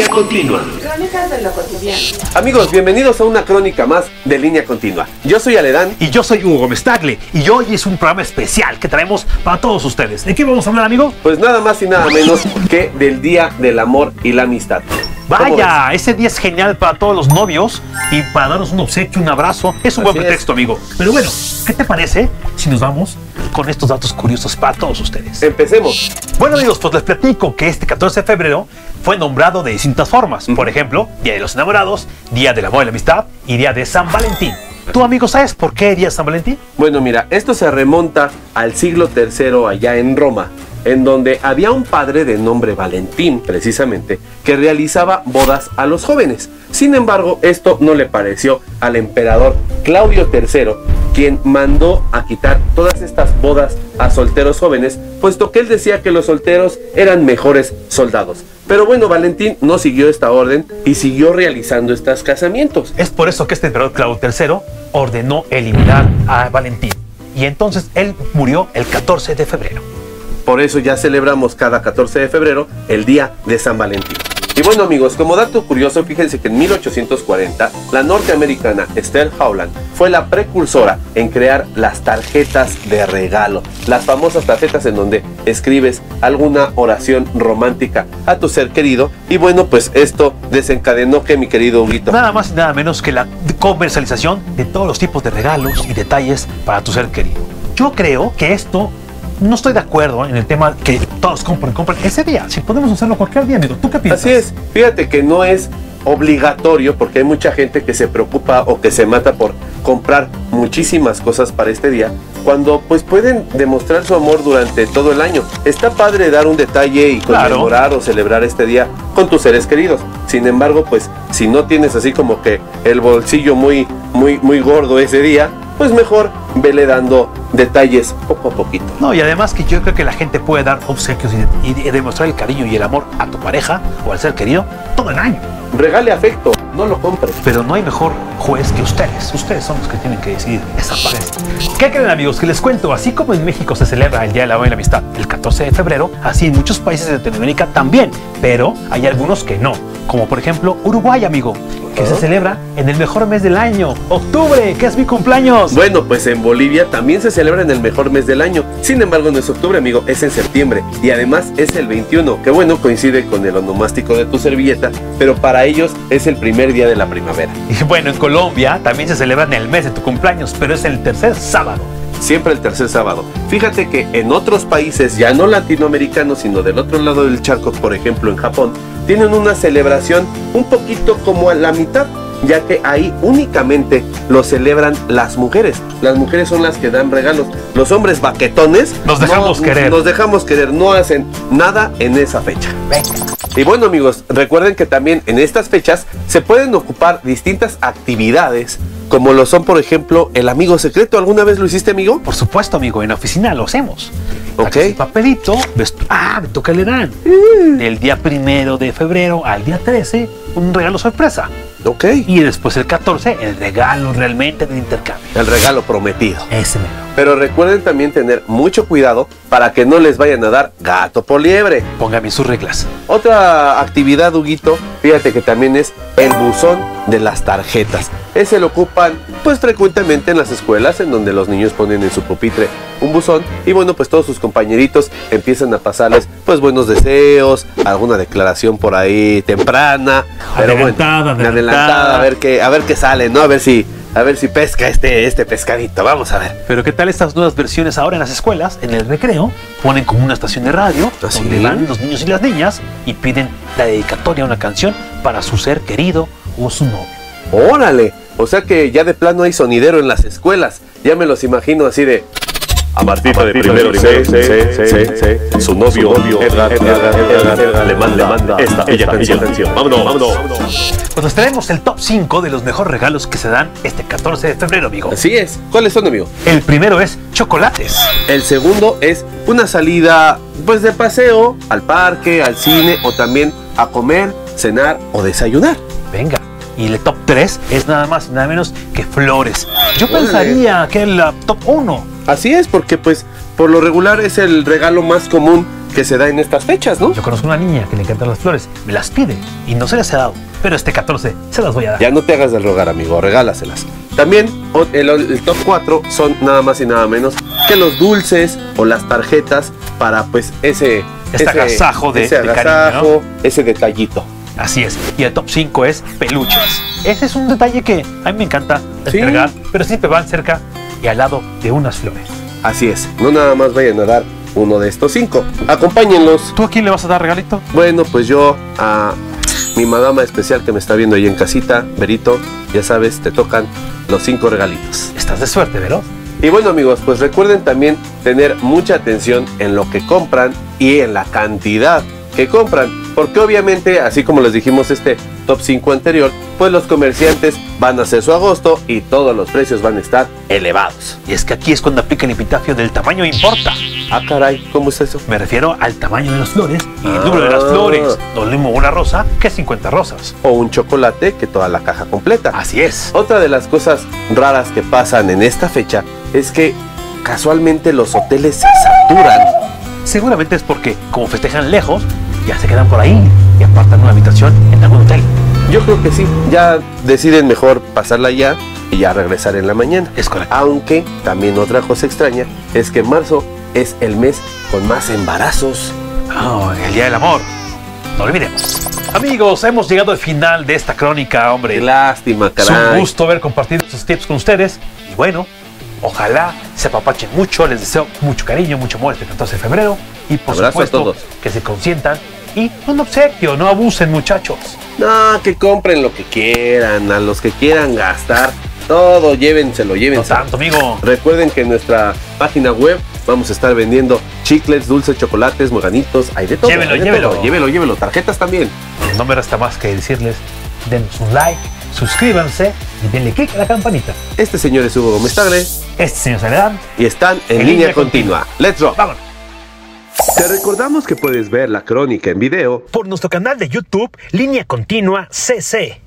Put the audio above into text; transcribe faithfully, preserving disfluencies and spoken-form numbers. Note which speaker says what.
Speaker 1: Línea Continua.
Speaker 2: Crónicas de lo cotidiano.
Speaker 1: Amigos, bienvenidos a una crónica más de Línea Continua. Yo soy Aledán.
Speaker 3: Y yo soy Hugo Gómez Tagle. Y hoy es un programa especial que traemos para todos ustedes. ¿De qué vamos a hablar, amigo?
Speaker 1: Pues nada más y nada menos que del Día del Amor y la Amistad.
Speaker 3: Vaya, ese día es genial para todos los novios y para darnos un obsequio, un abrazo. Es un
Speaker 1: Así
Speaker 3: buen pretexto,
Speaker 1: es.
Speaker 3: amigo. Pero bueno, ¿qué te parece si nos vamos con estos datos curiosos para todos ustedes?
Speaker 1: Empecemos.
Speaker 3: Bueno, amigos, pues les platico que este catorce de febrero fue nombrado de distintas formas. Por ejemplo, Día de los Enamorados, Día del Amor y la Amistad y Día de San Valentín. ¿Tú, amigo, sabes por qué Día de San Valentín?
Speaker 1: Bueno, mira, esto se remonta al siglo tercero allá en Roma, en donde había un padre de nombre Valentín, precisamente, que realizaba bodas a los jóvenes. Sin embargo, esto no le pareció al emperador Claudio tercero, quien mandó a quitar todas estas bodas a solteros jóvenes, puesto que él decía que los solteros eran mejores soldados. Pero bueno, Valentín no siguió esta orden y siguió realizando estos casamientos.
Speaker 3: Es por eso que este emperador Claudio tercero ordenó eliminar a Valentín. Y entonces él murió el catorce de febrero.
Speaker 1: Por eso ya celebramos cada catorce de febrero el Día de San Valentín. Y bueno, amigos, como dato curioso, fíjense que en mil ochocientos cuarenta la norteamericana Esther Howland fue la precursora en crear las tarjetas de regalo, las famosas tarjetas en donde escribes alguna oración romántica a tu ser querido. Y bueno, pues esto desencadenó que, mi querido Huguito,
Speaker 3: Nada más y nada menos que la comercialización de todos los tipos de regalos y detalles para tu ser querido. Yo creo que esto... No estoy de acuerdo en el tema que todos compren, compren ese día. Si podemos usarlo cualquier día, amigo. ¿Tú qué piensas?
Speaker 1: así es, fíjate que no es obligatorio, porque hay mucha gente que se preocupa o que se mata por comprar muchísimas cosas para este día, cuando pues pueden demostrar su amor durante todo el año. Está padre dar un detalle y conmemorar
Speaker 3: Claro.
Speaker 1: o celebrar este día con tus seres queridos. Sin embargo, pues si no tienes así como que el bolsillo muy, muy, muy gordo ese día, pues mejor vele dando detalles poco a poquito.
Speaker 3: No, y además que yo creo que la gente puede dar obsequios y, y- y demostrar el cariño y el amor a tu pareja o al ser querido todo el año.
Speaker 1: Regale afecto, no lo compres.
Speaker 3: Pero no hay mejor juez que ustedes. Ustedes son los que tienen que decidir esa parte. ¿Qué creen, amigos? Que les cuento, así como en México se celebra el Día del Amor y la Amistad el catorce de febrero, así en muchos países de Latinoamérica también. Pero hay algunos que no. Como por ejemplo Uruguay, amigo, que se celebra en el mejor mes del año, octubre, que es mi cumpleaños.
Speaker 1: Bueno, pues en Bolivia también se celebra en el mejor mes del año. Sin embargo, no es octubre, amigo, es en septiembre. Y además es el veintiuno, que bueno, coincide con el onomástico de tu servilleta, pero para ellos es el primer día de la primavera.
Speaker 3: Y bueno, en Colombia también se celebra en el mes de tu cumpleaños, pero es el tercer sábado.
Speaker 1: Siempre el tercer sábado. Fíjate que en otros países, ya no latinoamericanos, sino del otro lado del charco, por ejemplo en Japón, tienen una celebración un poquito como a la mitad, ya que ahí únicamente lo celebran las mujeres. Las mujeres son las que dan regalos. Los hombres baquetones
Speaker 3: Nos dejamos
Speaker 1: no-
Speaker 3: querer.
Speaker 1: Nos dejamos querer, no hacen nada en esa fecha. Y bueno, amigos, recuerden que también en estas fechas se pueden ocupar distintas actividades, como lo son, por ejemplo, el amigo secreto. ¿Alguna vez lo hiciste, amigo?
Speaker 3: Por supuesto, amigo, en la oficina lo hacemos.
Speaker 1: Ok.
Speaker 3: Sacas el papelito, ves, ah, me toca el edad. Del día primero de febrero al día trece, un regalo sorpresa.
Speaker 1: Ok.
Speaker 3: Y después el catorce, el regalo realmente del intercambio.
Speaker 1: El regalo prometido.
Speaker 3: Ese mero.
Speaker 1: Pero recuerden también tener mucho cuidado para que no les vayan a dar gato por liebre.
Speaker 3: Póngame sus reglas.
Speaker 1: Otra actividad, Huguito, fíjate que también es el buzón de las tarjetas. Ese lo ocupan pues frecuentemente en las escuelas, en donde los niños ponen en su pupitre un buzón y bueno, pues todos sus compañeritos empiezan a pasarles pues buenos deseos, alguna declaración por ahí temprana, pero
Speaker 3: Adelantada,
Speaker 1: bueno,
Speaker 3: adelantada.
Speaker 1: a ver qué, a ver qué sale, ¿no? A ver si, a ver si pesca este, este pescadito, vamos a ver.
Speaker 3: Pero ¿qué tal estas nuevas versiones ahora en las escuelas? En el recreo ponen como una estación de radio
Speaker 1: ¿Ah, sí?
Speaker 3: donde van los niños y las niñas y piden la dedicatoria a una canción para su ser querido o su novio.
Speaker 1: ¡Órale! O sea que ya de plano hay sonidero en las escuelas. Ya me los imagino así de... A Martita de primero, C, C, C, C, su novio, Edgar, Edgar, Edgar, Edgar, le manda esta bella canción. Vámonos, vámonos.
Speaker 3: Pues nos traemos el top cinco de los mejores regalos que se dan este catorce de febrero, amigo.
Speaker 1: Así es. ¿Cuáles son, amigo?
Speaker 3: El primero es chocolates.
Speaker 1: El segundo es una salida, pues de paseo, al parque, al cine o también a comer, cenar o desayunar.
Speaker 3: Venga. Y el top tres es nada más y nada menos que flores. Yo
Speaker 1: Órale.
Speaker 3: pensaría que el uh, top uno.
Speaker 1: Así es, porque pues por lo regular es el regalo más común que se da en estas fechas, ¿no?
Speaker 3: Yo conozco una niña que le encantan las flores, me las pide y no se las he dado, pero este catorce se las voy a dar.
Speaker 1: Ya no te hagas del rogar, amigo, regálaselas. También el, el top cuatro son nada más y nada menos que los dulces o las tarjetas para pues ese...
Speaker 3: Este
Speaker 1: ese,
Speaker 3: agasajo de,
Speaker 1: ese
Speaker 3: de
Speaker 1: agasajo,
Speaker 3: cariño, ¿no?
Speaker 1: Ese detallito.
Speaker 3: Así es. Y el top cinco es peluches. Ese es un detalle que a mí me encanta entregar, ¿sí? Pero siempre van cerca y al lado de unas flores.
Speaker 1: Así es. No nada más vayan a dar uno de estos cinco. Acompáñenlos.
Speaker 3: ¿Tú a quién le vas a dar regalito?
Speaker 1: Bueno, pues yo a mi madama especial que me está viendo ahí en casita, Berito, ya sabes, te tocan los cinco regalitos.
Speaker 3: Estás de suerte, ¿verdad?
Speaker 1: Y bueno, amigos, pues recuerden también tener mucha atención en lo que compran y en la cantidad que compran, porque obviamente, así como les dijimos este top cinco anterior, pues los comerciantes van a hacer su agosto y todos los precios van a estar elevados.
Speaker 3: Y es que aquí es cuando aplica el epitafio del tamaño importa.
Speaker 1: Ah, caray, ¿cómo es eso?
Speaker 3: Me refiero al tamaño de las flores y el número de las flores. No es lo mismo una rosa que cincuenta rosas.
Speaker 1: O un chocolate que toda la caja completa.
Speaker 3: Así es.
Speaker 1: Otra de las cosas raras que pasan en esta fecha es que casualmente los hoteles se saturan.
Speaker 3: Seguramente es porque, como festejan lejos, ya se quedan por ahí y apartan una habitación en algún hotel.
Speaker 1: Yo creo que sí, ya deciden mejor pasarla ya y ya regresar en la mañana.
Speaker 3: Es correcto.
Speaker 1: Aunque también otra cosa extraña es que marzo es el mes con más embarazos.
Speaker 3: Oh, el Día del Amor. No lo olvidemos. Amigos, hemos llegado al final de esta crónica, hombre.
Speaker 1: Qué lástima, caray.
Speaker 3: Es un gusto haber compartido estos tips con ustedes. Y bueno, ojalá se apapachen mucho. Les deseo mucho cariño, mucho amor este catorce de febrero. Y por
Speaker 1: Abrazo
Speaker 3: supuesto,
Speaker 1: a todos.
Speaker 3: Que se consientan. Y un obsequio, no abusen, muchachos.
Speaker 1: No, que compren lo que quieran, a los que quieran gastar. Todo, llévenselo, llévenselo.
Speaker 3: No tanto, amigo.
Speaker 1: Recuerden que en nuestra página web vamos a estar vendiendo chicles, dulces, chocolates, moganitos, hay de todo.
Speaker 3: Llévelo,
Speaker 1: hay de
Speaker 3: llévelo.
Speaker 1: todo. Llévelo, llévelo. Tarjetas también.
Speaker 3: No me resta más que decirles, denos un like, suscríbanse y denle click a la campanita.
Speaker 1: Este señor es Hugo Gómez Tagle.
Speaker 3: Este señor Saledán.
Speaker 1: Y están en,
Speaker 3: En
Speaker 1: línea,
Speaker 3: línea
Speaker 1: continua.
Speaker 3: continua.
Speaker 1: Let's rock.
Speaker 3: Vámonos.
Speaker 1: Te recordamos que puedes ver la crónica en video
Speaker 3: Por nuestro canal de YouTube, Línea Continua C C.